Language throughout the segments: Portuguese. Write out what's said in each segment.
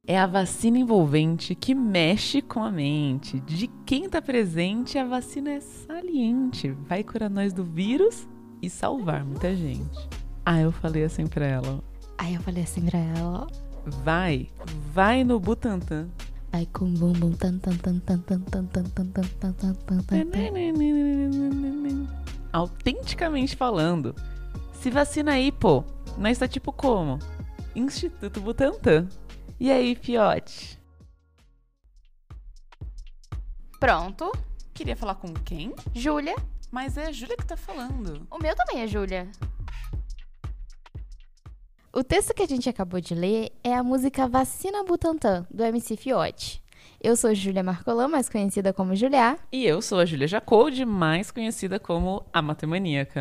É a vacina envolvente que mexe com a mente. De quem tá presente, a vacina é saliente. Vai curar nós do vírus e salvar muita gente. Ah, eu falei assim pra ela. Vai no Butantan. Vai com bumbum tan tan tan tan tan tan tan tan tan tan tan tan tan. Autenticamente falando, se vacina aí, pô. Nós tá tipo como? Instituto Butantan. E aí, fiote? Pronto. Queria falar com quem? Júlia. Mas é a Júlia que tá falando. O meu também é Júlia. O texto que a gente acabou de ler é a música Vacina Butantan, do MC Fiote. Eu sou Júlia Marcolã, mais conhecida como Juliá. E eu sou a Júlia Jacob, mais conhecida como a Matemaníaca.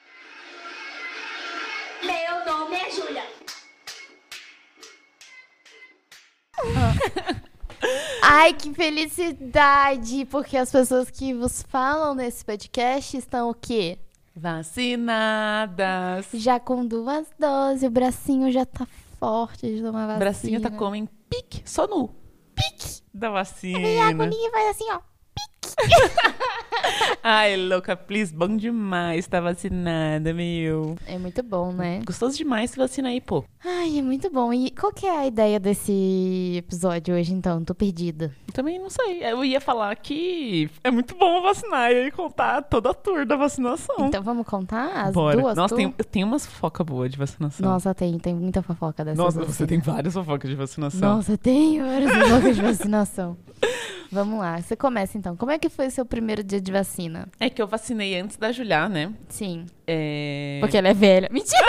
Meu nome é Júlia. Ai, que felicidade! Porque as pessoas que vos falam nesse podcast estão o quê? Vacinadas. Já com 2 doses, o bracinho já tá forte de tomar vacina. O bracinho tá como em pique, só no pique da vacina. E a agulhinha faz assim, ó. Ai, louca, please, bom demais, tá vacinada, meu. É muito bom, né? Gostoso demais se vacina aí, pô. Ai, é muito bom. E qual que é a ideia desse episódio hoje, então? Tô perdida. Também não sei, eu ia falar que é muito bom vacinar e aí contar toda a tour da vacinação. Então vamos contar as Bora. duas? Nossa, eu tenho umas fofoca boa de vacinação. Nossa, tem muita fofoca dessas. Nossa, vacinas. você tem várias fofocas de vacinação. Nossa, tem várias fofocas de vacinação. Vamos lá, você começa então. Como é que foi o seu primeiro dia de vacina? É que eu vacinei antes da Juliá, né? Sim. É... Porque ela é velha. Mentira!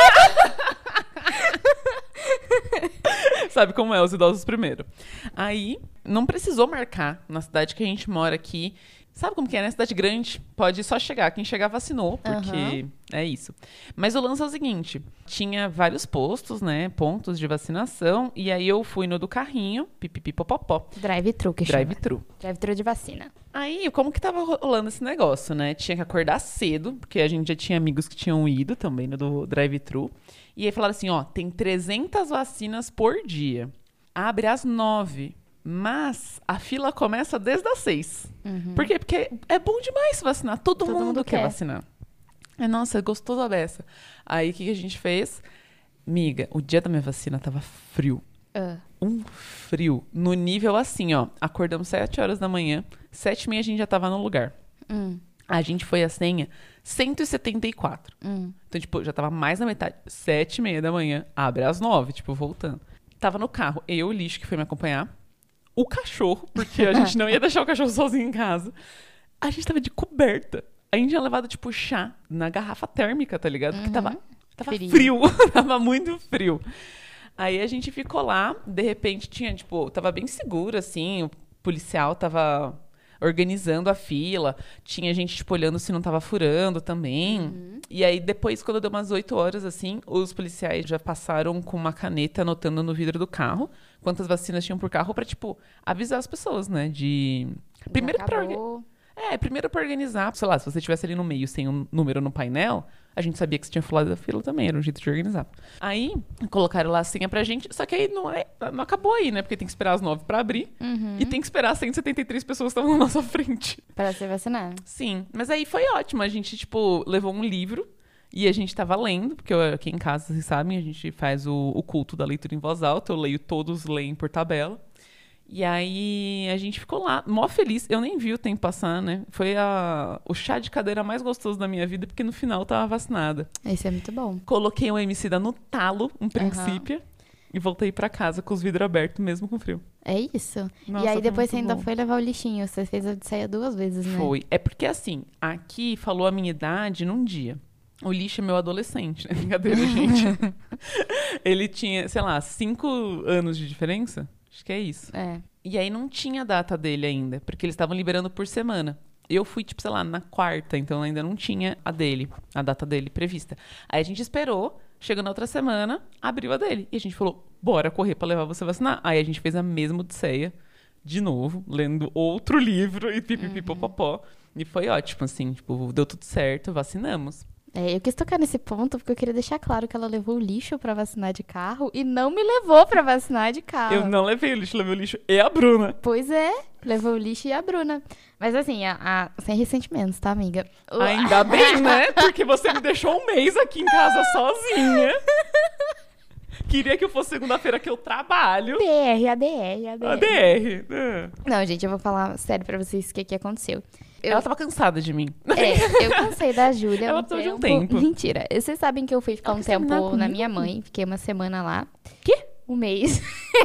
Sabe como é, os idosos primeiro. Aí, não precisou marcar na cidade que a gente mora aqui. Sabe como que é, né? Cidade grande, pode só chegar. Quem chegar vacinou, porque é isso. Mas o lance é o seguinte, tinha vários postos, né? Pontos de vacinação. E aí eu fui no do carrinho, pipipipopopó. Drive-thru que chama. Drive-thru. Drive-thru de vacina. Aí, como que tava rolando esse negócio, né? Tinha que acordar cedo, porque a gente já tinha amigos que tinham ido também no do drive-thru. E aí falaram assim, ó, tem 300 vacinas por dia. Abre às 9. Mas a fila começa desde as 6. Por quê? Porque é bom demais se vacinar. Todo mundo quer vacinar. Nossa, gostou da beça. Aí, o que a gente fez? Miga, o dia da minha vacina tava frio. Um frio. No nível assim, ó. Acordamos 7 horas da manhã. 7h30 a gente já tava no lugar. A gente foi a senha 174. Então, tipo, já tava mais da metade. 7h30 da manhã. Abre às 9, tipo, voltando. Tava no carro. Eu, o lixo, que foi me acompanhar. O cachorro, porque a gente não ia deixar o cachorro sozinho em casa. A gente tava de coberta. A gente tinha levado, tipo, chá na garrafa térmica, tá ligado? Porque tava frio. Tava muito frio. Aí a gente ficou lá, de repente tinha, tipo, tava bem seguro, assim, o policial tava organizando a fila, tinha gente, tipo, olhando se não tava furando também. E aí, depois, quando deu umas 8 horas, assim, os policiais já passaram com uma caneta anotando no vidro do carro quantas vacinas tinham por carro pra, tipo, avisar as pessoas, né, de... Primeiro pra organizar, sei lá, se você estivesse ali no meio sem um número no painel, a gente sabia que você tinha fulado da fila também, era um jeito de organizar. Aí, colocaram lá a senha pra gente, só que aí não acabou aí, né? Porque tem que esperar as 9 pra abrir e tem que esperar as 173 pessoas que estavam na nossa frente. Pra ser vacinado. Sim, mas aí foi ótimo, a gente, tipo, levou um livro e a gente tava lendo, porque aqui em casa, vocês sabem, a gente faz o culto da leitura em voz alta, eu leio todos, leem por tabela. E aí a gente ficou lá, mó feliz. Eu nem vi o tempo passar, né? Foi o chá de cadeira mais gostoso da minha vida, porque no final eu tava vacinada. Esse é muito bom. Coloquei um Emicida no talo, um princípio, e voltei pra casa com os vidros abertos, mesmo com frio. É isso. Nossa, e aí foi depois você muito ainda bom. foi levar o lixinho. Você fez a odisseia 2 vezes, né? Foi. É porque assim, aqui falou a minha idade num dia. O lixo é meu adolescente, né? Brincadeira, gente. Ele tinha, sei lá, 5 anos de diferença. Acho que é isso. É. E aí não tinha data dele ainda, porque eles estavam liberando por semana. Eu fui, tipo, sei lá, na quarta, então ainda não tinha a data dele prevista. Aí a gente esperou, chegou na outra semana, abriu a dele. E a gente falou, bora correr pra levar você vacinar. Aí a gente fez a mesma odisseia, de novo, lendo outro livro e pipipipopopó. E foi ótimo, assim, tipo, deu tudo certo, vacinamos. Eu quis tocar nesse ponto porque eu queria deixar claro que ela levou o lixo pra vacinar de carro e não me levou pra vacinar de carro. Eu não levei o lixo, levei o lixo e a Bruna. Pois é, levou o lixo e a Bruna. Mas assim, sem ressentimentos, tá, amiga? Ainda bem, né? Porque você me deixou um mês aqui em casa sozinha. Queria que eu fosse segunda-feira que eu trabalho. ADR. ADR. Não, gente, eu vou falar sério pra vocês o que aconteceu. Ela tava cansada de mim. Eu cansei da Júlia. Ela precisou de um tempo. Mentira. Vocês sabem que eu fui ficar um tempo na minha mãe. Fiquei uma semana lá. Quê? Um mês.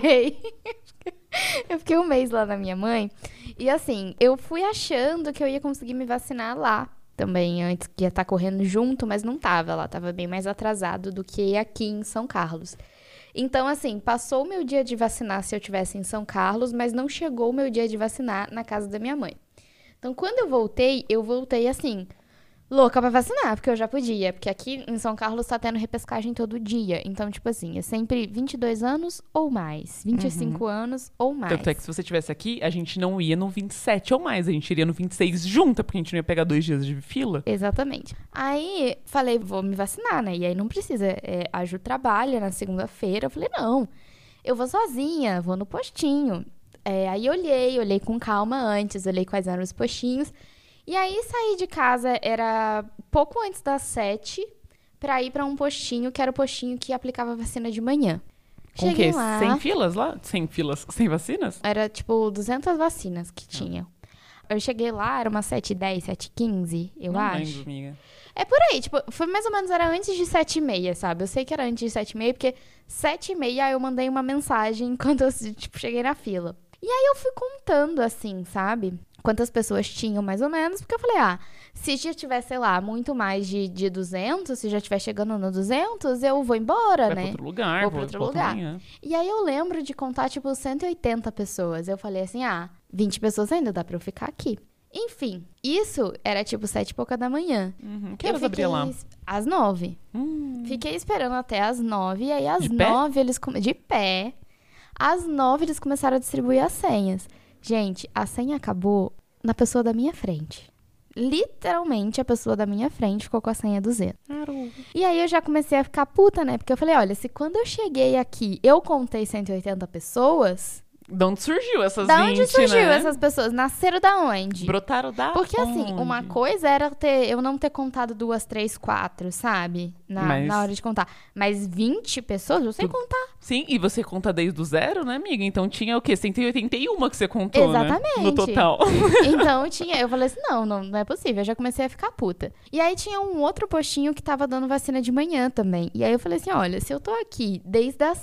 Eu fiquei um mês lá na minha mãe. E assim, eu fui achando que eu ia conseguir me vacinar lá também, antes que ia estar correndo junto, mas não tava. Ela tava bem mais atrasado do que aqui em São Carlos. Então, assim, passou o meu dia de vacinar se eu estivesse em São Carlos, mas não chegou o meu dia de vacinar na casa da minha mãe. Então, quando eu voltei assim, louca pra vacinar, porque eu já podia. Porque aqui em São Carlos tá tendo repescagem todo dia. Então, tipo assim, é sempre 22 anos ou mais. 25 anos ou mais. Tanto é que se você estivesse aqui, a gente não ia no 27 ou mais. A gente iria no 26 junta, porque a gente não ia pegar 2 dias de fila. Exatamente. Aí, falei, vou me vacinar, né? E aí não precisa. A Ju trabalha na segunda-feira. Eu falei, não, eu vou sozinha, vou no postinho. Aí olhei com calma antes, olhei quais eram os postinhos. E aí saí de casa, era pouco antes das 7, pra ir pra um postinho, que era o postinho que aplicava vacina de manhã. Com o quê? 100 filas lá? 100 filas sem vacinas? Era tipo 200 vacinas que tinha. Eu cheguei lá, era umas 7h10, 7h15, eu não acho. Lembro, amiga. É por aí, tipo, foi mais ou menos, era antes de 7h30, sabe? Eu sei que era antes de 7h30, porque 7h30 eu mandei uma mensagem quando eu, tipo, cheguei na fila. E aí eu fui contando, assim, sabe? Quantas pessoas tinham, mais ou menos, porque eu falei, se já tiver, sei lá, muito mais de 200, se já estiver chegando no 200, eu vou embora, Vai né? pra outro lugar, vou pra outro lugar. Amanhã. E aí eu lembro de contar, tipo, 180 pessoas. Eu falei assim, 20 pessoas ainda dá pra eu ficar aqui. Enfim, isso era tipo 7 e pouca da manhã. Que horas abria lá? Às 9. Fiquei esperando até às 9, e aí às 9 eles... De pé. Às 9 eles começaram a distribuir as senhas. Gente, a senha acabou na pessoa da minha frente. Literalmente, a pessoa da minha frente ficou com a senha do Zeno. E aí eu já comecei a ficar puta, né? Porque eu falei, olha, se quando eu cheguei aqui eu contei 180 pessoas... De onde surgiu essas 20, Da onde surgiu né? essas pessoas? Nasceram da onde? Brotaram da Porque, onde? assim, uma coisa era eu não ter contado 2, 3, 4, sabe? Na hora de contar. Mas 20 pessoas, eu sei contar. Sim, e você conta desde o zero, né, amiga? Então tinha o quê? 181 que você contou, Exatamente. Né? No total. Então eu falei assim, não é possível. Eu já comecei a ficar puta. E aí tinha um outro postinho que tava dando vacina de manhã também. E aí eu falei assim, olha, se eu tô aqui desde as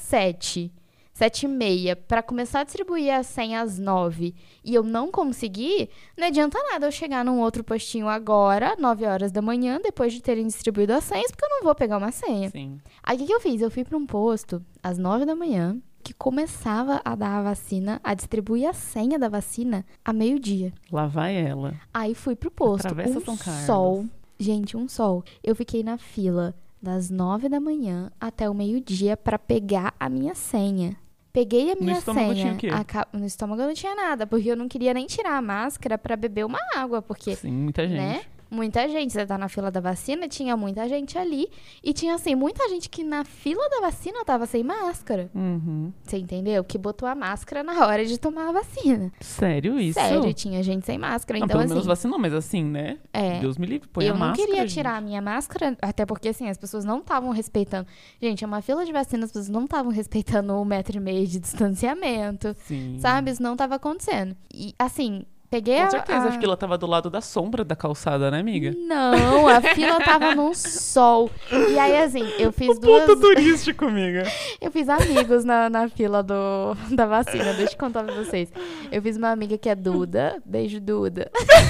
7h30, pra começar a distribuir a senha às 9 e eu não conseguir, não adianta nada eu chegar num outro postinho agora, 9 horas da manhã, depois de terem distribuído as senhas, porque eu não vou pegar uma senha. Sim. Aí o que eu fiz? Eu fui pra um posto às 9 da manhã, que começava a dar a vacina, a distribuir a senha da vacina a meio-dia. Lá vai ela. Aí fui pro posto. Atravessa São Carlos. Sol. Gente, um sol. Eu fiquei na fila das 9 da manhã até o meio-dia pra pegar a minha senha. Peguei a minha No estômago senha. tinha o quê? No estômago não tinha nada, porque eu não queria nem tirar a máscara pra beber uma água, porque, Sim, muita gente. né? Muita gente. Você tá na fila da vacina, tinha muita gente ali. E tinha, assim, muita gente que na fila da vacina tava sem máscara. Você entendeu? Que botou a máscara na hora de tomar a vacina. Sério isso? Sério, tinha gente sem máscara. Não, Então, pelo assim, menos vacinou, mas assim, né? Deus me livre, põe a eu não máscara, queria gente. tirar a minha máscara, até porque, assim, as pessoas não estavam respeitando. Gente, é uma fila de vacina, as pessoas não estavam respeitando 1,5 m de distanciamento. Sim. Sabe? Isso não tava acontecendo. E, assim, peguei Com certeza, a fila tava do lado da sombra da calçada, né, amiga? Não, a fila tava num sol. E aí, assim, eu fiz Ponto turístico, amiga. Eu fiz amigos na fila da vacina, deixa eu contar pra vocês. Eu fiz uma amiga que é Duda, beijo Duda.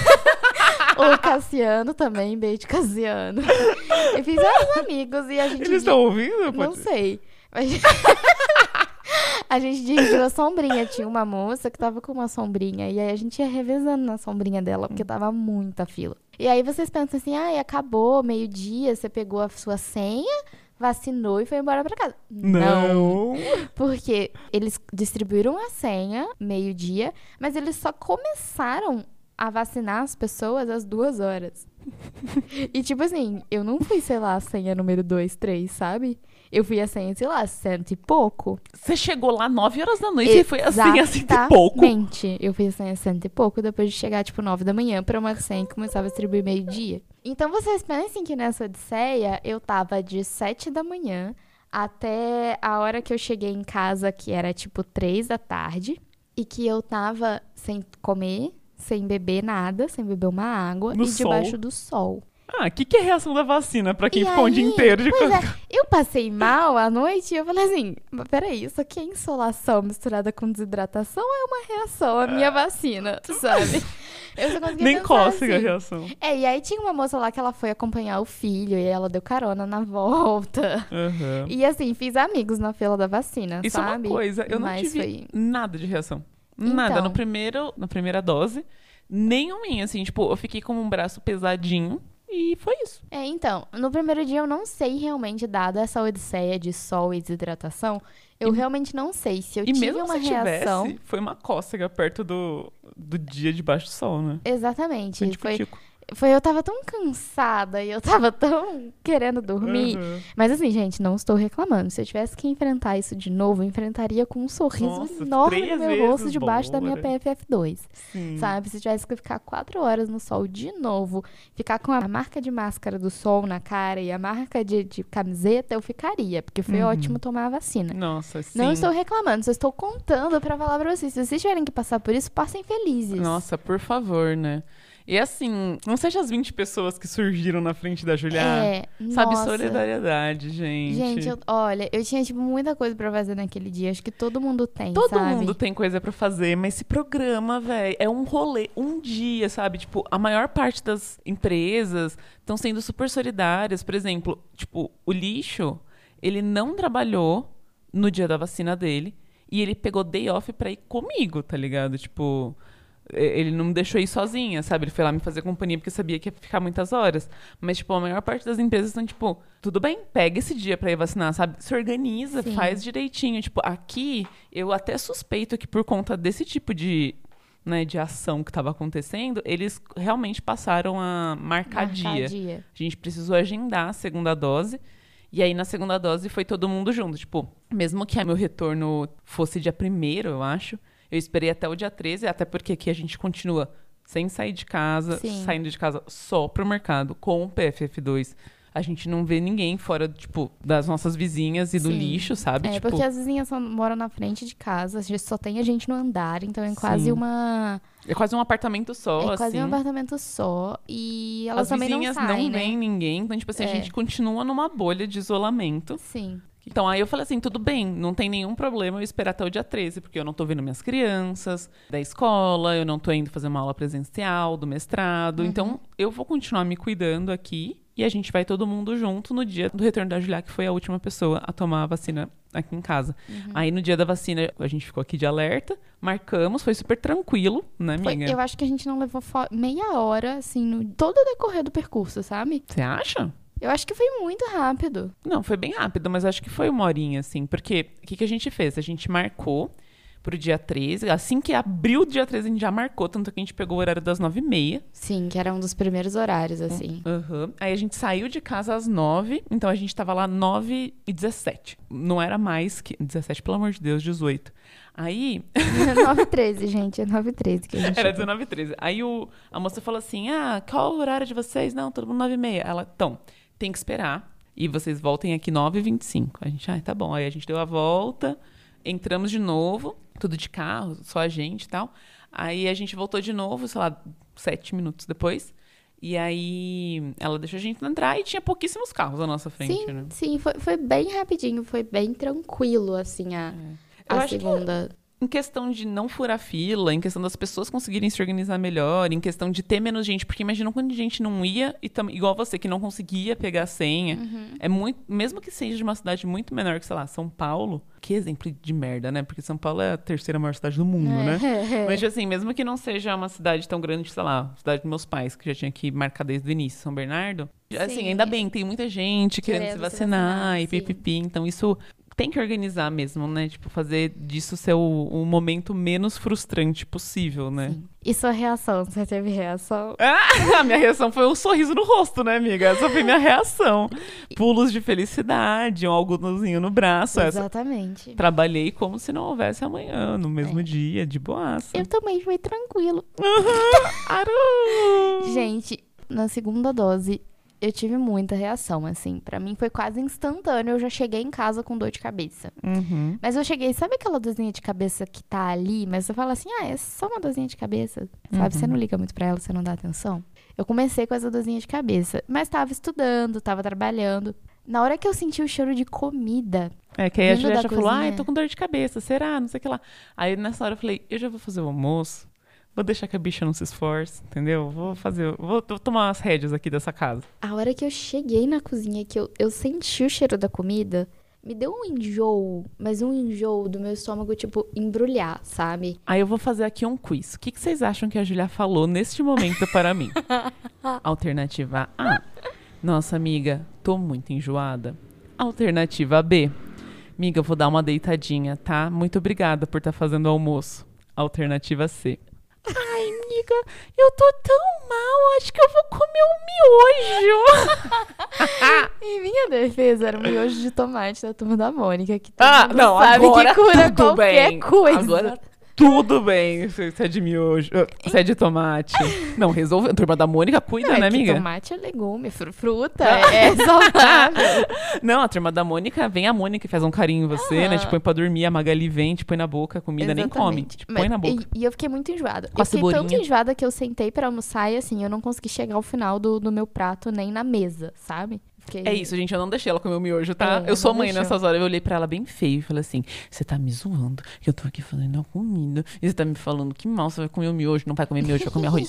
O Cassiano também, beijo Cassiano. Eu fiz vários amigos e a gente... Eles estão ouvindo? Não sei. Mas... A gente dividiu a sombrinha. Tinha uma moça que tava com uma sombrinha. E aí a gente ia revezando na sombrinha dela, porque tava muita fila. E aí vocês pensam assim, acabou, meio-dia, você pegou a sua senha, vacinou e foi embora pra casa. Não. Porque eles distribuíram a senha, meio-dia, mas eles só começaram a vacinar as pessoas às 2 horas. E tipo assim, eu não fui, sei lá, a senha número 2, 3, sabe? Eu fui a senha, sei lá, 100 e pouco. Você chegou lá 9 horas da noite e foi assim, assim e pouco. Exatamente. Eu fui a senha 100 e pouco depois de chegar, tipo, 9 da manhã pra uma senha que começava a distribuir meio-dia. Então vocês pensem que nessa odisseia eu tava de 7 da manhã até a hora que eu cheguei em casa, que era tipo 3 da tarde, e que eu tava sem comer, sem beber nada, sem beber uma água No e sol. debaixo do sol. Ah, o que é a reação da vacina pra quem E ficou o dia aí, inteiro de pois é, eu passei mal à noite e eu falei assim, mas peraí, isso aqui é insolação misturada com desidratação ou é uma reação à minha vacina, tu sabe? Eu só consegui Nem pensar cócega a assim. reação. E aí tinha uma moça lá que ela foi acompanhar o filho e ela deu carona na volta. Aham. E assim, fiz amigos na fila da vacina, Isso sabe? é uma coisa, eu não Mas tive foi- nada de reação. Nada. Então. Na primeira dose, nenhuma, assim, tipo, eu fiquei com um braço pesadinho e foi isso. Então, no primeiro dia eu não sei realmente, dada essa odisseia de sol e desidratação, eu realmente não sei se eu E tive mesmo uma se reação. tivesse, foi uma cócega perto do dia debaixo do sol, né? Exatamente. Foi tico-tico. Eu tava tão cansada e eu tava tão querendo dormir. Aham. Mas assim, gente, não estou reclamando. Se eu tivesse que enfrentar isso de novo, eu enfrentaria com um sorriso Nossa, enorme 3 no meu vezes rosto debaixo da minha bora. PFF2. Sim. Sabe? Se tivesse que ficar 4 horas no sol de novo, ficar com a marca de máscara do sol na cara e a marca de camiseta, eu ficaria. Porque foi Uhum. ótimo tomar a vacina. Nossa, sim. Não estou reclamando, só estou contando pra falar pra vocês. Se vocês tiverem que passar por isso, passem felizes. Nossa, por favor, né? E assim, não seja as 20 pessoas que surgiram na frente da Julia. Sabe, nossa. solidariedade, gente. Gente, olha, eu tinha, tipo, muita coisa pra fazer naquele dia. Acho que todo mundo tem, Todo sabe? mundo tem coisa pra fazer, mas esse programa, velho, é um rolê, um dia, sabe? Tipo, a maior parte das empresas estão sendo super solidárias. Por exemplo, tipo, o lixo, ele não trabalhou no dia da vacina dele e ele pegou day off pra ir comigo, tá ligado? Tipo, ele não me deixou ir sozinha, sabe? Ele foi lá me fazer companhia porque sabia que ia ficar muitas horas. Mas, tipo, a maior parte das empresas estão, tipo, tudo bem, pega esse dia pra ir vacinar, sabe? Se organiza, Sim. faz direitinho. Tipo, aqui, eu até suspeito que por conta desse tipo de, né, de ação que tava acontecendo, eles realmente passaram a marcar dia. A gente precisou agendar a segunda dose. E aí, na segunda dose, foi todo mundo junto. Tipo, mesmo que meu retorno fosse dia 1º, eu acho, eu esperei até o dia 13, até porque aqui a gente continua sem sair de casa, Sim. saindo de casa só pro mercado com o PFF2. A gente não vê ninguém fora, tipo, das nossas vizinhas e do Sim. lixo, sabe? É, Tipo, porque as vizinhas só moram na frente de casa, a gente só tem a gente no andar, então é quase Sim. uma... é quase um apartamento só, É quase assim. um apartamento só, e elas As também não vizinhas saem, não né? veem ninguém, então, tipo assim, a É. gente continua numa bolha de isolamento. Sim. Então, aí eu falei assim, tudo bem, não tem nenhum problema eu esperar até o dia 13, porque eu não tô vendo minhas crianças da escola, eu não tô indo fazer uma aula presencial do mestrado, então eu vou continuar me cuidando aqui e a gente vai todo mundo junto no dia do retorno da Julia, que foi a última pessoa a tomar a vacina aqui em casa. Aí no dia da vacina a gente ficou aqui de alerta, marcamos, foi super tranquilo, né, amiga? Eu acho que a gente não levou meia hora, assim, no todo o decorrer do percurso, sabe? Você acha? Eu acho que foi muito rápido. Não, foi bem rápido, mas acho que foi 1 horinha, assim. Porque o que a gente fez? A gente marcou pro dia 13. Assim que abriu o dia 13, a gente já marcou. Tanto que a gente pegou o horário das 9h30. Sim, que era um dos primeiros horários, assim. Aham. Aí a gente saiu de casa às 9. Então a gente tava lá 9h17. Não era mais que... 17, pelo amor de Deus, 18. Aí... 9h13, gente. É 9h13 que a gente... Era 19h13. Aí a moça falou assim, qual o horário de vocês? Não, todo mundo 9h30. Ela, então... tem que esperar. E vocês voltem aqui 9h25. A gente, tá bom. Aí a gente deu a volta, entramos de novo, tudo de carro, só a gente e tal. Aí a gente voltou de novo, sei lá, 7 minutos depois. E aí ela deixou a gente entrar e tinha pouquíssimos carros à nossa frente, Sim, né? sim, foi bem rapidinho, foi bem tranquilo, assim, Eu a acho que segunda. em questão de não furar fila, em questão das pessoas conseguirem se organizar melhor, em questão de ter menos gente, porque imagina quando a gente não ia, e igual você, que não conseguia pegar a senha. É muito, mesmo que seja de uma cidade muito menor que, sei lá, São Paulo, que exemplo de merda, né? Porque São Paulo é a 3ª maior cidade do mundo, né? Mas assim, mesmo que não seja uma cidade tão grande, sei lá, a cidade dos meus pais, que já tinha que marcar desde o início, São Bernardo, assim, Sim. ainda bem, tem muita gente querendo se vacinar e sim. pipipi, então isso tem que organizar mesmo, né? Tipo, fazer disso ser o momento menos frustrante possível, né? Sim. E sua reação? Você teve reação? A minha reação foi um sorriso no rosto, né, amiga? Essa foi minha reação. Pulos de felicidade, um algodãozinho no braço. Exatamente. Trabalhei como se não houvesse amanhã, no mesmo dia, de boaça. Eu também fui tranquilo. Aru! Gente, na segunda dose, eu tive muita reação, assim. Pra mim foi quase instantâneo. Eu já cheguei em casa com dor de cabeça. Uhum. Mas eu cheguei, sabe aquela dorzinha de cabeça que tá ali? Mas você fala assim, é só uma dorzinha de cabeça. Sabe? Você não liga muito pra ela, você não dá atenção. Eu comecei com essa dorzinha de cabeça. Mas tava estudando, tava trabalhando. Na hora que eu senti o cheiro de comida... Que aí a vindo Julia da já falou, cozinha. tô com dor de cabeça, será? Não sei o que lá. Aí nessa hora eu falei, eu já vou fazer o almoço. Vou deixar que a bicha não se esforce, entendeu? Vou tomar as rédeas aqui dessa casa. A hora que eu cheguei na cozinha, que eu senti o cheiro da comida, me deu um enjoo, mas um enjoo do meu estômago, tipo, embrulhar, sabe? Aí eu vou fazer aqui um quiz. O que vocês acham que a Julia falou neste momento para mim? Alternativa A. Nossa, amiga, tô muito enjoada. Alternativa B. Amiga, eu vou dar uma deitadinha, tá? Muito obrigada por estar fazendo o almoço. Alternativa C. Ai, amiga, eu tô tão mal, acho que eu vou comer um miojo. Em minha defesa, era um miojo de tomate da Turma da Mônica, que Não, sabe agora que cura tudo qualquer bem. coisa. Agora tudo bem, se é de miojo, se é de tomate. Não, resolve. A Turma da Mônica cuida, Não, né, é que amiga? tomate é legume, fruta, é saudável. Não, a Turma da Mônica, vem a Mônica e faz um carinho em você, né? Te põe pra dormir, a Magali vem, te põe na boca, a comida nem come. Exatamente. Te põe na boca. E eu fiquei muito enjoada. Com a Eu fiquei tanto cebolinha. enjoada que eu sentei pra almoçar e assim, eu não consegui chegar ao final do meu prato nem na mesa, sabe? Fiquei... É isso, gente, eu não deixei ela comer o miojo, tá? É, Eu sou não mãe deixou. nessas horas, eu olhei pra ela bem feio e falei assim, você tá me zoando, que eu tô aqui fazendo a comida, e você tá me falando que mal, você vai comer o miojo, não vai comer miojo, vai comer arroz.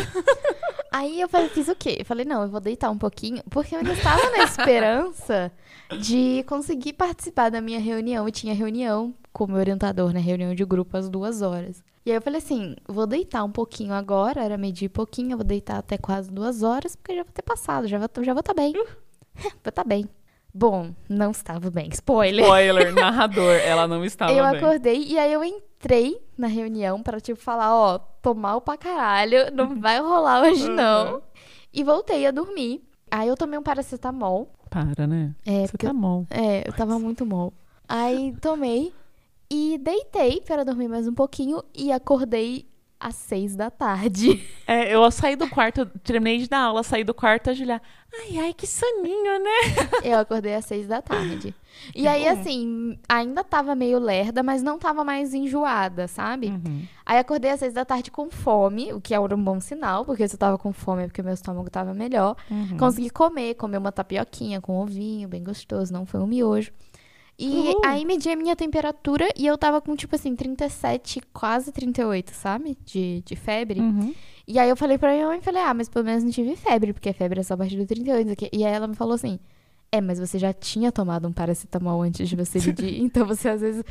Aí eu fiz o quê? Eu falei, não, eu vou deitar um pouquinho, porque eu ainda estava na esperança de conseguir participar da minha reunião. E tinha reunião com o meu orientador, né? Reunião de grupo às 2h. E aí eu falei assim, vou deitar um pouquinho agora, era medir pouquinho, eu vou deitar até quase 2 horas, porque já vou ter passado, já vou estar bem. Vou estar bem. Bom, não estava bem. Spoiler. Spoiler, narrador, ela não estava Eu bem. acordei e aí eu entrei na reunião pra, tipo, falar, ó, tô mal pra caralho, não vai rolar hoje não. E voltei a dormir. Aí eu tomei um paracetamol. Para, né? É, Você porque tá mal. eu tava muito mal. Aí tomei e deitei para dormir mais um pouquinho e acordei às 6 da tarde. Eu saí do quarto, eu terminei de dar aula, saí do quarto, a Julia, ai, que soninho, né? Eu acordei às 6 da tarde. E aí, assim, ainda tava meio lerda, mas não tava mais enjoada, sabe? Uhum. Aí acordei às 6 da tarde com fome, o que era um bom sinal, porque se eu tava com fome é porque meu estômago tava melhor. Uhum. Consegui comer uma tapioquinha com ovinho, bem gostoso, não foi um miojo. E aí medi a minha temperatura e eu tava com, tipo assim, 37, quase 38, sabe? De febre. Uhum. E aí eu falei pra minha mãe, falei, mas pelo menos não tive febre, porque a febre é só a partir do 38. Isso aqui. E aí ela me falou assim, mas você já tinha tomado um paracetamol antes de você medir, então você às vezes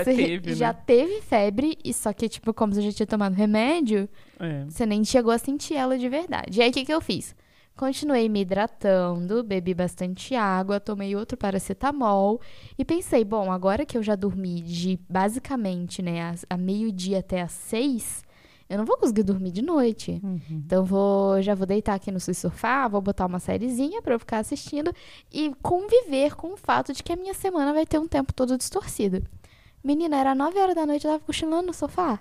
Já teve, né? teve febre, e só que, tipo, como você já tinha tomado remédio, você nem chegou a sentir ela de verdade. E aí o que eu fiz? Continuei me hidratando, bebi bastante água, tomei outro paracetamol e pensei, bom, agora que eu já dormi de basicamente, né, a meio-dia até às 6, eu não vou conseguir dormir de noite. Uhum. Então já vou deitar aqui no sofá, vou botar uma sériezinha pra eu ficar assistindo e conviver com o fato de que a minha semana vai ter um tempo todo distorcido. Menina, era 9 horas da noite, eu tava cochilando no sofá.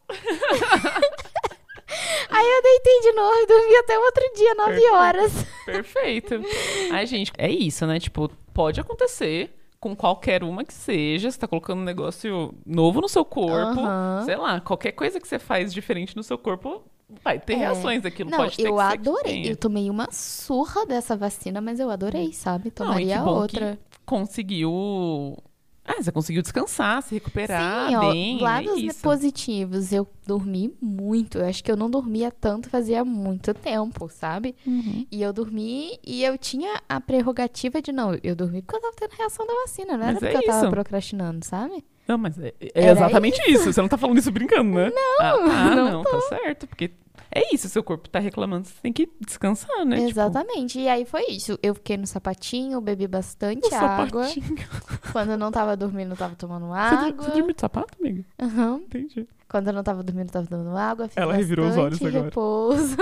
Aí eu deitei de novo e dormi até o outro dia, 9 horas. Perfeito. Ai, gente, é isso, né? Tipo, pode acontecer com qualquer uma que seja. Você tá colocando um negócio novo no seu corpo. Aham. Sei lá, qualquer coisa que você faz diferente no seu corpo vai ter reações daquilo. Não, Pode ter eu que ser que adorei. tenha. Eu tomei uma surra dessa vacina, mas eu adorei, sabe? Não, e Tomaria que bom outra. que conseguiu... você conseguiu descansar, se recuperar Sim, bem. lados é isso. positivos. Eu dormi muito. Eu acho que eu não dormia tanto fazia muito tempo, sabe? Uhum. E eu dormi e eu tinha a prerrogativa de não. Eu dormi porque eu tava tendo reação da vacina, não era Mas porque é eu tava isso. procrastinando, sabe? Não, mas é Era exatamente isso. Você não tá falando isso brincando, né? Não, não não, tá certo. Porque é isso, seu corpo tá reclamando, você tem que descansar, né? Exatamente. E aí foi isso. Eu fiquei no sapatinho, bebi bastante Tipo, água. sapatinho. Quando eu não tava dormindo, eu tava tomando Você água. dormiu de sapato, amiga? Aham. Entendi. Quando eu não tava dormindo, eu tava tomando água. Fiz Ela revirou os olhos bastante agora. repouso.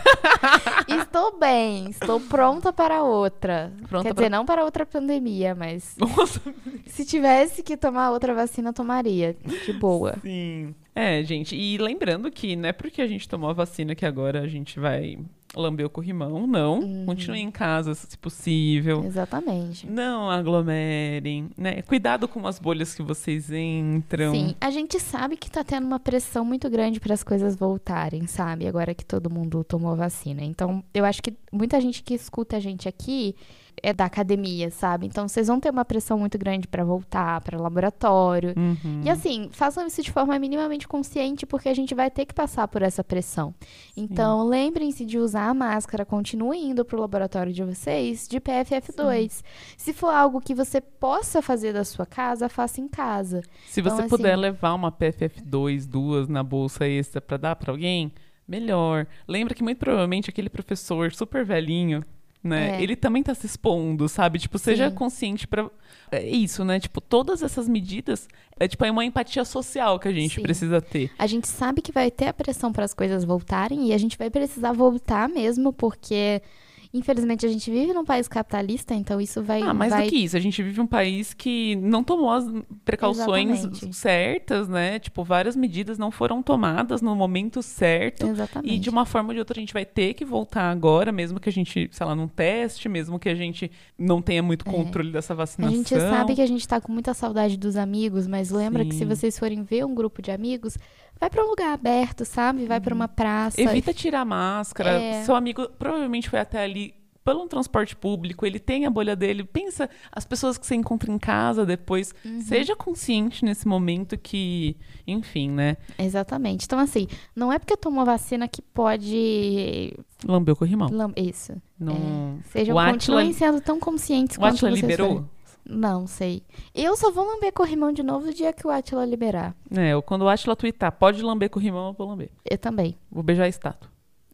Estou bem. Estou pronta para outra. Pronta Quer dizer, não para outra pandemia, mas Nossa, se tivesse que tomar outra vacina, tomaria. De boa. sim. É, gente, e lembrando que não é porque a gente tomou a vacina que agora a gente vai lamber o corrimão, não. Continue em casa, se possível. Exatamente. Não aglomerem, né? Cuidado com as bolhas que vocês entram. Sim, a gente sabe que tá tendo uma pressão muito grande para as coisas voltarem, sabe? Agora que todo mundo tomou a vacina. Então, eu acho que muita gente que escuta a gente aqui é da academia, sabe? Então, vocês vão ter uma pressão muito grande para voltar para laboratório. Uhum. E assim, façam isso de forma minimamente consciente, porque a gente vai ter que passar por essa pressão. Então, lembrem-se de usar a máscara, continuem indo pro laboratório de vocês de PFF2. Se for algo que você possa fazer da sua casa, faça em casa. Se você Então, puder assim, levar uma PFF2, duas na bolsa extra pra dar pra alguém, melhor. Lembra que muito provavelmente aquele professor super velhinho, né? É. Ele também tá se expondo, sabe? Tipo, seja Sim. consciente pra... É isso, né? Tipo, todas essas medidas é tipo é uma empatia social que a gente Sim. precisa ter. A gente sabe que vai ter a pressão para as coisas voltarem e a gente vai precisar voltar mesmo, porque infelizmente a gente vive num país capitalista, então isso vai... Mais do que isso, a gente vive um país que não tomou as precauções Exatamente. certas, né? Tipo, várias medidas não foram tomadas no momento certo. Exatamente. E de uma forma ou de outra a gente vai ter que voltar agora, mesmo que a gente, sei lá, não teste, mesmo que a gente não tenha muito controle dessa A vacinação. gente sabe que a gente tá com muita saudade dos amigos, mas lembra que se Sim. vocês forem ver um grupo de amigos, vai pra um lugar aberto, sabe? Vai pra uma praça. Evita tirar máscara. É. Seu amigo provavelmente foi até ali pelo transporte público, ele tem a bolha dele. Pensa as pessoas que você encontra em casa depois. Seja consciente nesse momento que, enfim, né? Exatamente. Então, assim, não é porque tomou vacina que pode... Lambeu o corrimão. Isso. Não... Sejam, O Átila- continuem sendo tão conscientes O quanto Átila vocês liberou? forem. Não sei. Eu só vou lamber corrimão de novo no dia que o Átila liberar. É, quando o Átila twittar, pode lamber corrimão, eu vou lamber. Eu também. Vou beijar a estátua.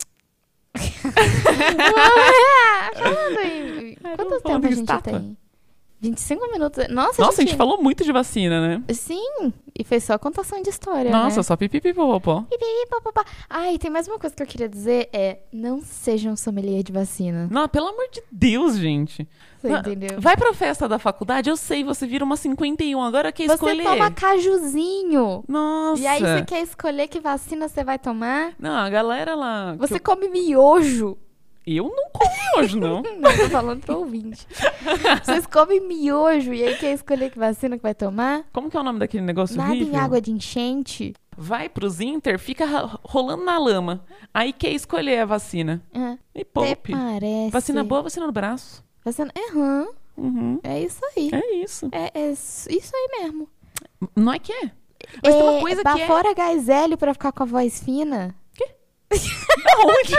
Falando em... Quanto falando tempo a em gente estátua? tem? 25 minutos. Nossa, Nossa, a gente falou muito de vacina, né? Sim, e foi só contação de história, Nossa, né? só pipipipopopó. Ai, tem mais uma coisa que eu queria dizer, não sejam sommelier de vacina. Não, pelo amor de Deus, gente. Você Não, entendeu? Vai pra festa da faculdade, eu sei, você vira uma 51, agora quer Você escolher. toma cajuzinho. Nossa. E aí você quer escolher que vacina você vai tomar? Não, a galera lá... Você come miojo. Eu não como hoje, não. Não, tô falando pro ouvinte. Vocês comem miojo e aí quer escolher que vacina que vai tomar? Como que é o nome daquele negócio Nada horrível? em água de enchente. Vai pros Inter, fica rolando na lama. Aí quer escolher a vacina. Ah, E até poupe. parece. Vacina boa, vacina no braço. Vacina... Aham, Uhum. é isso aí. É isso. É isso aí mesmo. Não é que é. Mas tem uma coisa que é... Bafora gás hélio pra ficar com a voz fina. Aonde?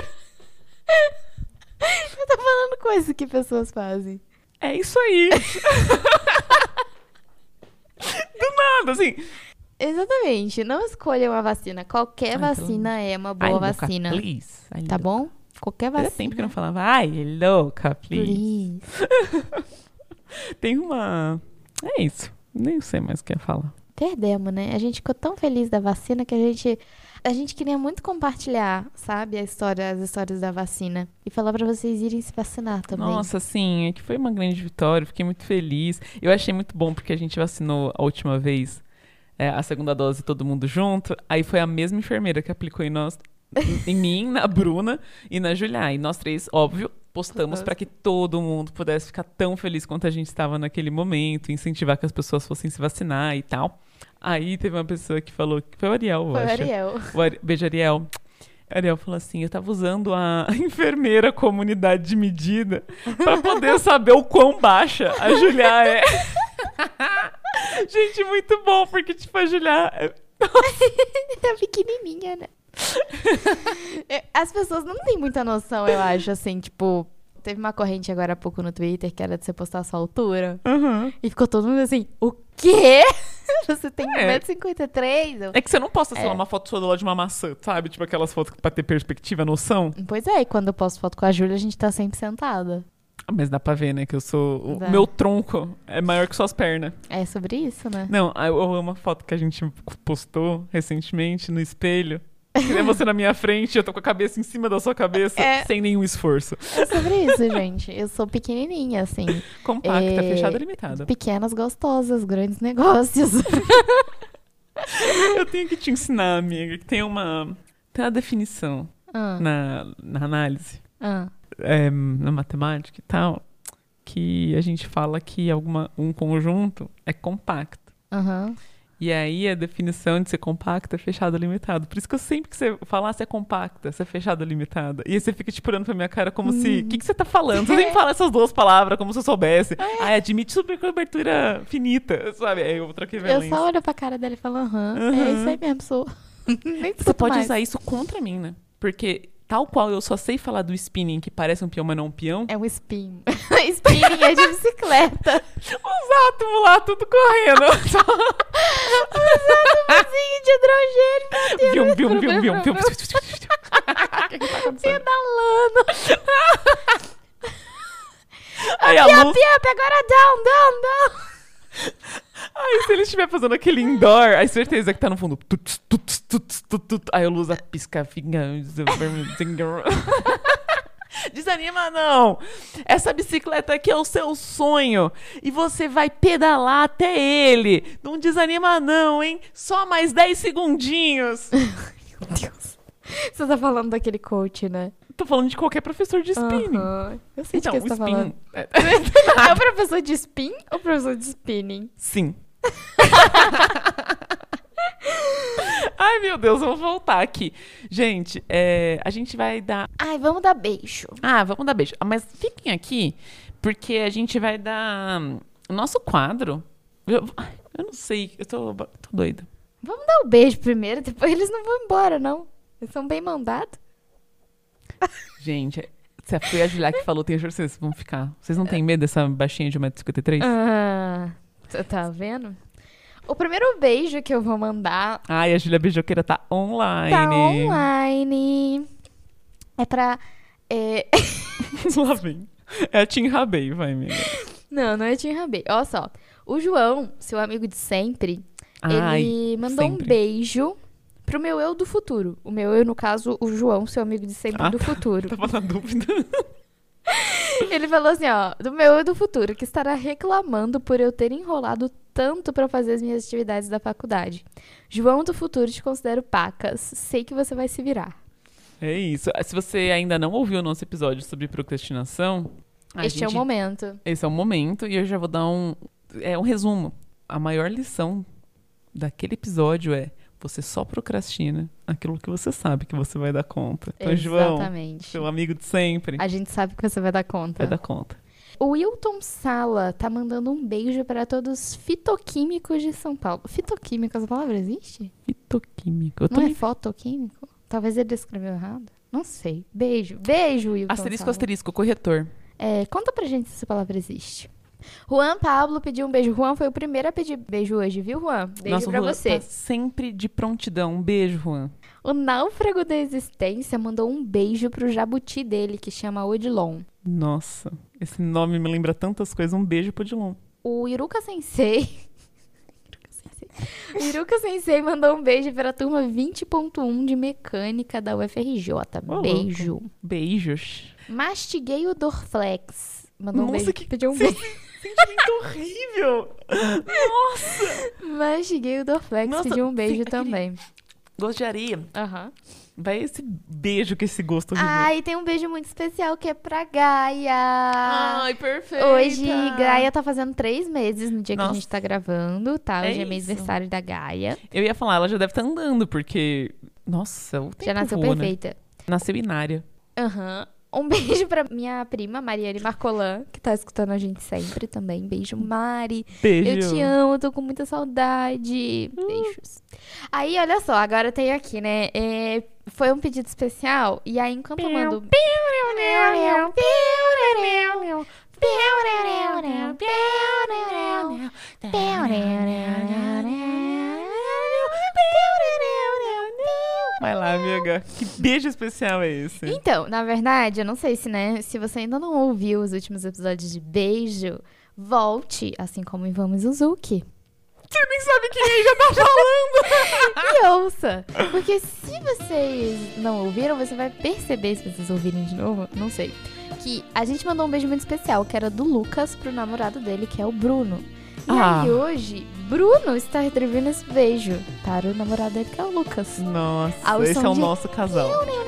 Eu tô falando coisas que pessoas fazem. É isso aí. Do nada, assim. Exatamente. Não escolham a vacina. Qualquer Ai, vacina é uma boa Ai, louca, vacina. please. Ai, Tá louca. bom? Qualquer Fazia vacina. tempo que eu não falava. Ai, louca, please. Please. Tem uma... É isso. Nem sei mais o que ia falar. Perdemos, né? A gente ficou tão feliz da vacina que a gente queria muito compartilhar, sabe? As histórias da vacina. E falar pra vocês irem se vacinar também. Nossa, sim, é que foi uma grande vitória. Fiquei muito feliz. Eu achei muito bom porque a gente vacinou a última vez a segunda dose todo mundo junto. Aí foi a mesma enfermeira que aplicou em nós, em mim, na Bruna e na Julia. E nós três, óbvio, postamos para que todo mundo pudesse ficar tão feliz quanto a gente estava naquele momento, incentivar que as pessoas fossem se vacinar e tal. Aí teve uma pessoa que falou, que foi o Ariel, eu Foi o acho. Ariel. Beijo, Ariel. Ariel falou assim, eu tava usando a enfermeira como unidade de medida pra poder saber o quão baixa a Julia é. Gente, muito bom, porque tipo, a Julia... É pequenininha, né? As pessoas não têm muita noção, eu acho, assim, tipo... Teve uma corrente agora há pouco no Twitter que era de você postar a sua altura. Uhum. E ficou todo mundo assim, o Quê? Você tem É. 1,53m? É que você não posta, sei lá, uma foto sua do lado de uma maçã, sabe? Tipo aquelas fotos pra ter perspectiva, noção. Pois é, e quando eu posto foto com a Júlia, a gente tá sempre sentada. Ah, mas dá pra ver, né? Que eu sou... Dá. O meu tronco é maior que suas pernas. É sobre isso, né? Não, eu amo a foto que a gente postou recentemente no espelho. Que é você na minha frente, eu tô com a cabeça em cima da sua cabeça, É. sem nenhum esforço. É sobre isso, gente. Eu sou pequenininha, assim. Compacta, fechada, limitada. Pequenas, gostosas, grandes negócios. Eu tenho que te ensinar, amiga, que tem uma definição Ah, na análise, ah. na matemática e tal, que a gente fala que um conjunto é compacto. Aham. E aí a definição de ser compacta é fechada, limitada. Por isso que eu sempre que você falar se é compacta, se é fechada, limitada. E aí você fica tipo olhando pra minha cara como se... O que você tá falando? Você sempre fala essas duas palavras como se eu soubesse. Admite supercobertura finita, sabe? Aí eu troquei Eu violência. só olho pra cara dela e falo, aham, é isso aí mesmo, sou. Nem Você discuto pode mais. usar isso contra mim, né? Porque tal qual eu só sei falar do spinning, que parece um peão, mas não um peão. É um spin. Spinning é de bicicleta. Os átomos lá, tudo correndo. Vizinho de hidrogênio, Vium, vium, vium, vium, vium. pedalando. Aí a luz... Up, agora down. Aí se ele estiver fazendo aquele indoor, aí certeza que tá no fundo. Tuts, tuts, tuts, tuts, tuts. Aí a luz pisca, fica... Desanima não! Essa bicicleta aqui é o seu sonho e você vai pedalar até ele. Não desanima não, hein? Só mais 10 segundinhos. Meu Deus. Você tá falando daquele coach, né? Tô falando de qualquer professor de spinning. Aham. Eu sei Então, de que você tá falando. é- É o professor de spin ou o professor de spinning? Sim. Ai, meu Deus, vamos voltar aqui. Gente, a gente vai dar... Ai, vamos dar beijo. Ah, vamos dar beijo. Mas fiquem aqui, porque a gente vai dar o nosso quadro. Eu não sei, eu tô doida. Vamos dar o beijo primeiro, depois eles não vão embora, não. Eles são bem mandados. Gente, se foi a Julia que falou, tenho certeza que vocês vão ficar. Vocês não têm medo dessa baixinha de 1,53 m? Ah, você tá vendo? O primeiro beijo que eu vou mandar Ai, a Julia Beijoqueira tá online. tá online. É pra... Lá vem. É a Tim Rabei, vai, amiga. Não é Tim Rabei. Olha só. O João, seu amigo de sempre, Ai, ele mandou sempre. um beijo pro meu eu do futuro. O meu eu, no caso, o João, seu amigo de sempre do futuro. Tava na dúvida. Ele falou assim, ó, do meu eu do futuro, que estará reclamando por eu ter enrolado tanto pra fazer as minhas atividades da faculdade. João do futuro, te considero pacas. Sei que você vai se virar. É isso. Se você ainda não ouviu o nosso episódio sobre procrastinação... Este é o momento. Esse é o momento e eu já vou dar um resumo. A maior lição daquele episódio é: você só procrastina aquilo que você sabe que você vai dar conta. Então, João, Exatamente. seu amigo de sempre, A gente sabe que você vai dar conta. vai dar conta. O Wilton Sala tá mandando um beijo para todos os fitoquímicos de São Paulo. Fitoquímico, essa palavra existe? Fitoquímico. Eu Não é também... fotoquímico? Talvez ele escreveu errado. Não sei. Beijo. Beijo, Wilton Asterisco, Sala. asterisco, corretor. Conta pra gente se essa palavra existe. Juan Pablo pediu um beijo. Juan foi o primeiro a pedir beijo hoje, viu, Juan? Beijo Nosso pra Juan você. tá sempre de prontidão. Um beijo, Juan. O Náufrago da Existência mandou um beijo pro jabuti dele, que chama Odilon. Nossa, esse nome me lembra tantas coisas. Um beijo pro Dilon. O Iruka Sensei... O Iruka Sensei mandou um beijo para a turma 20.1 de mecânica da UFRJ. Ô, Beijo. louco. Beijos. Mastiguei o Dorflex. Mandou um Nossa, beijo. que Pediu um sen- beijo. sentimento horrível. Mastiguei o Dorflex. Nossa, Pediu um beijo sim, aquele- também. Gosto de areia. Aham. Vai esse beijo com esse gosto horrível. Ah, e tem um beijo muito especial que é pra Gaia. Ai, perfeito. Hoje, Gaia tá fazendo 3 meses no dia que a Nossa. gente tá gravando, tá? É Hoje é meu isso. aniversário da Gaia. Eu ia falar, ela já deve estar andando, porque... Nossa, o tempo Já nasceu voa, né? perfeita. Nasceu inária. Aham. Um beijo pra minha prima, Mariane Marcolan, que tá escutando a gente sempre também. Beijo, Mari. Beijo. Eu te amo, tô com muita saudade. Beijos. Aí, olha só, agora tem aqui, né? Foi um pedido especial, e aí enquanto eu mando... Vai lá, amiga. Que beijo especial é esse? Então, na verdade, eu não sei se, né, se você ainda não ouviu os últimos episódios de Beijo, volte, assim como em Vamos Uzuki. Você nem sabe quem aí já tá falando. E ouça. Porque se vocês não ouviram, você vai perceber, se vocês ouvirem de novo, não sei, que a gente mandou um beijo muito especial, que era do Lucas pro namorado dele, que é o Bruno. E aí hoje, Bruno está retribuindo esse beijo para o namorado dele, que é o Lucas. Nossa, Ao esse som é o de- nosso casal.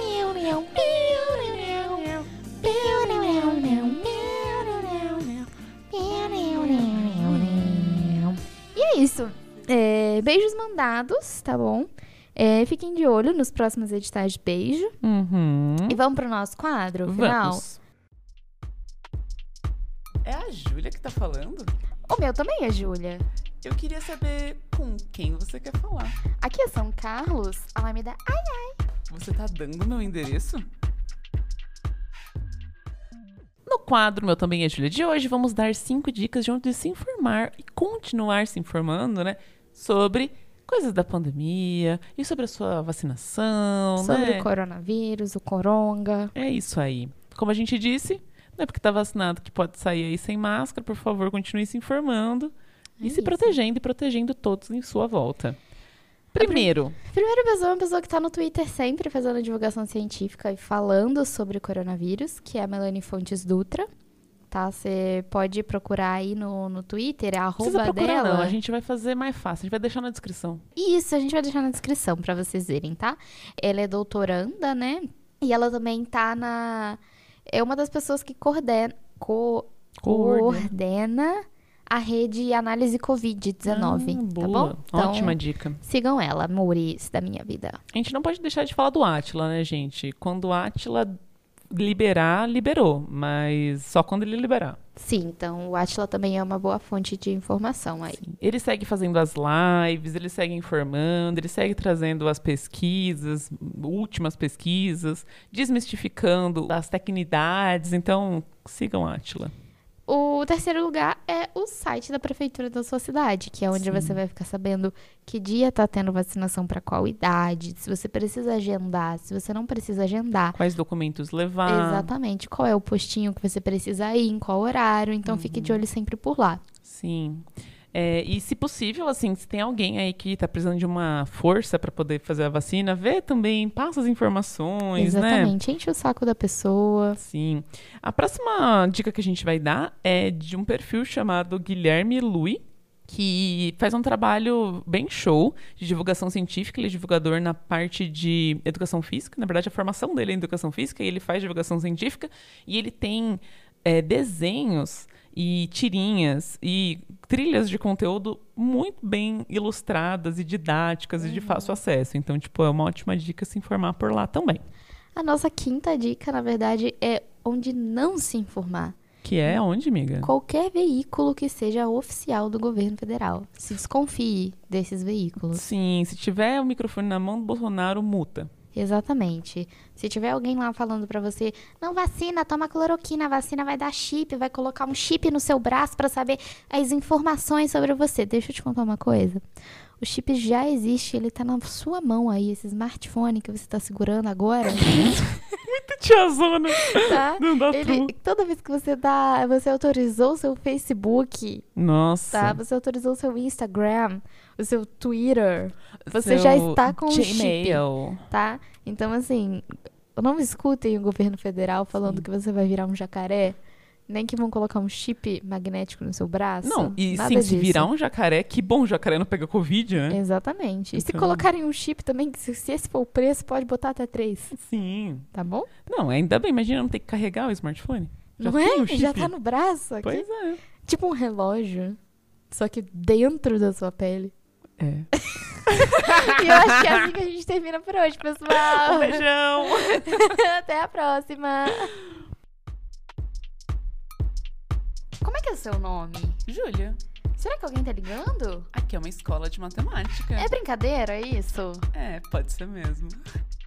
E é isso. Beijos mandados, tá bom? Fiquem de olho nos próximos editais de beijo. Uhum. E vamos pro nosso quadro final? Vamos. É a Júlia que tá falando? O meu também é Júlia. Eu queria saber com quem você quer falar. Aqui é São Carlos, Alameda. Você tá dando meu endereço? No quadro Meu Também é Júlia de hoje, vamos dar 5 dicas de onde se informar e continuar se informando, né? Sobre coisas da pandemia e sobre a sua vacinação, Sobre né? o coronavírus, o coronga. É isso aí. Como a gente disse, não é porque tá vacinado que pode sair aí sem máscara. Por favor, continue se informando e se isso. protegendo e protegendo todos em sua volta. Primeiro, Primeira pessoa é uma pessoa que tá no Twitter sempre fazendo divulgação científica e falando sobre o coronavírus, que é a Melanie Fontes Dutra. Tá? Você pode procurar aí no Twitter, a não precisa arroba procurar dela. não, a gente vai fazer mais fácil, a gente vai deixar na descrição. Isso, a gente vai deixar na descrição pra vocês verem, tá? Ela é doutoranda, né? E ela também tá na... É uma das pessoas que coordena a rede Análise Covid-19, tá boa. bom? Então, Ótima dica. sigam ela, amores da minha vida. A gente não pode deixar de falar do Átila, né, gente? Quando o Átila liberar, liberou. Mas só quando ele liberar. Sim, então o Átila também é uma boa fonte de informação aí. Ele segue fazendo as lives, ele segue informando, ele segue trazendo as pesquisas, últimas pesquisas, desmistificando as tecnicidades. Então, sigam o Átila. O terceiro lugar é o site da prefeitura da sua cidade, que é onde Sim. você vai ficar sabendo que dia tá tendo vacinação para qual idade, se você precisa agendar, se você não precisa agendar. Quais documentos levar. Exatamente, qual é o postinho que você precisa ir, em qual horário, então fique de olho sempre por lá. Sim. E se possível, assim, se tem alguém aí que tá precisando de uma força para poder fazer a vacina, vê também, passa as informações, né? Exatamente, enche o saco da pessoa. Sim. A próxima dica que a gente vai dar é de um perfil chamado Guilherme Lui, que faz um trabalho bem show de divulgação científica. Ele é divulgador na parte de educação física. Na verdade, a formação dele é em educação física e ele faz divulgação científica. E ele tem desenhos e tirinhas e trilhas de conteúdo muito bem ilustradas e didáticas e de fácil acesso. Então, tipo, é uma ótima dica se informar por lá também. A nossa quinta dica, na verdade, é onde não se informar. Que é onde, amiga? Qualquer veículo que seja oficial do governo federal. Se desconfie desses veículos. Sim, se tiver o microfone na mão do Bolsonaro, multa. Exatamente. Se tiver alguém lá falando pra você, não vacina, toma cloroquina, a vacina vai dar chip, vai colocar um chip no seu braço pra saber as informações sobre você. Deixa eu te contar uma coisa. O chip já existe, ele tá na sua mão aí, esse smartphone que você tá segurando agora. Tiazona, Tá? não dá Toda vez que você autorizou o seu Facebook, Nossa. tá? Você autorizou o seu Instagram, o seu Twitter, você Seu já está com o chip, Gmail. tá? Então, assim, não escutem o governo federal falando que você vai virar um jacaré, nem que vão colocar um chip magnético no seu braço. Não, e nada sim, se disso. virar um jacaré, que bom, o jacaré não pega Covid, né? Exatamente. E se Então- colocarem um chip também, que se esse for o preço, pode botar até 3, Sim. tá bom? Não, ainda bem, imagina não ter que carregar o smartphone. Já não tem é? o chip. Já tá no braço aqui. Pois é. Tipo um relógio, só que dentro da sua pele. É. E eu acho que é assim que a gente termina por hoje, pessoal. Um beijão! Até a próxima. Como é que é o seu nome? Júlia, Será que alguém tá ligando? aqui é uma escola de matemática. É brincadeira isso? É, pode ser mesmo.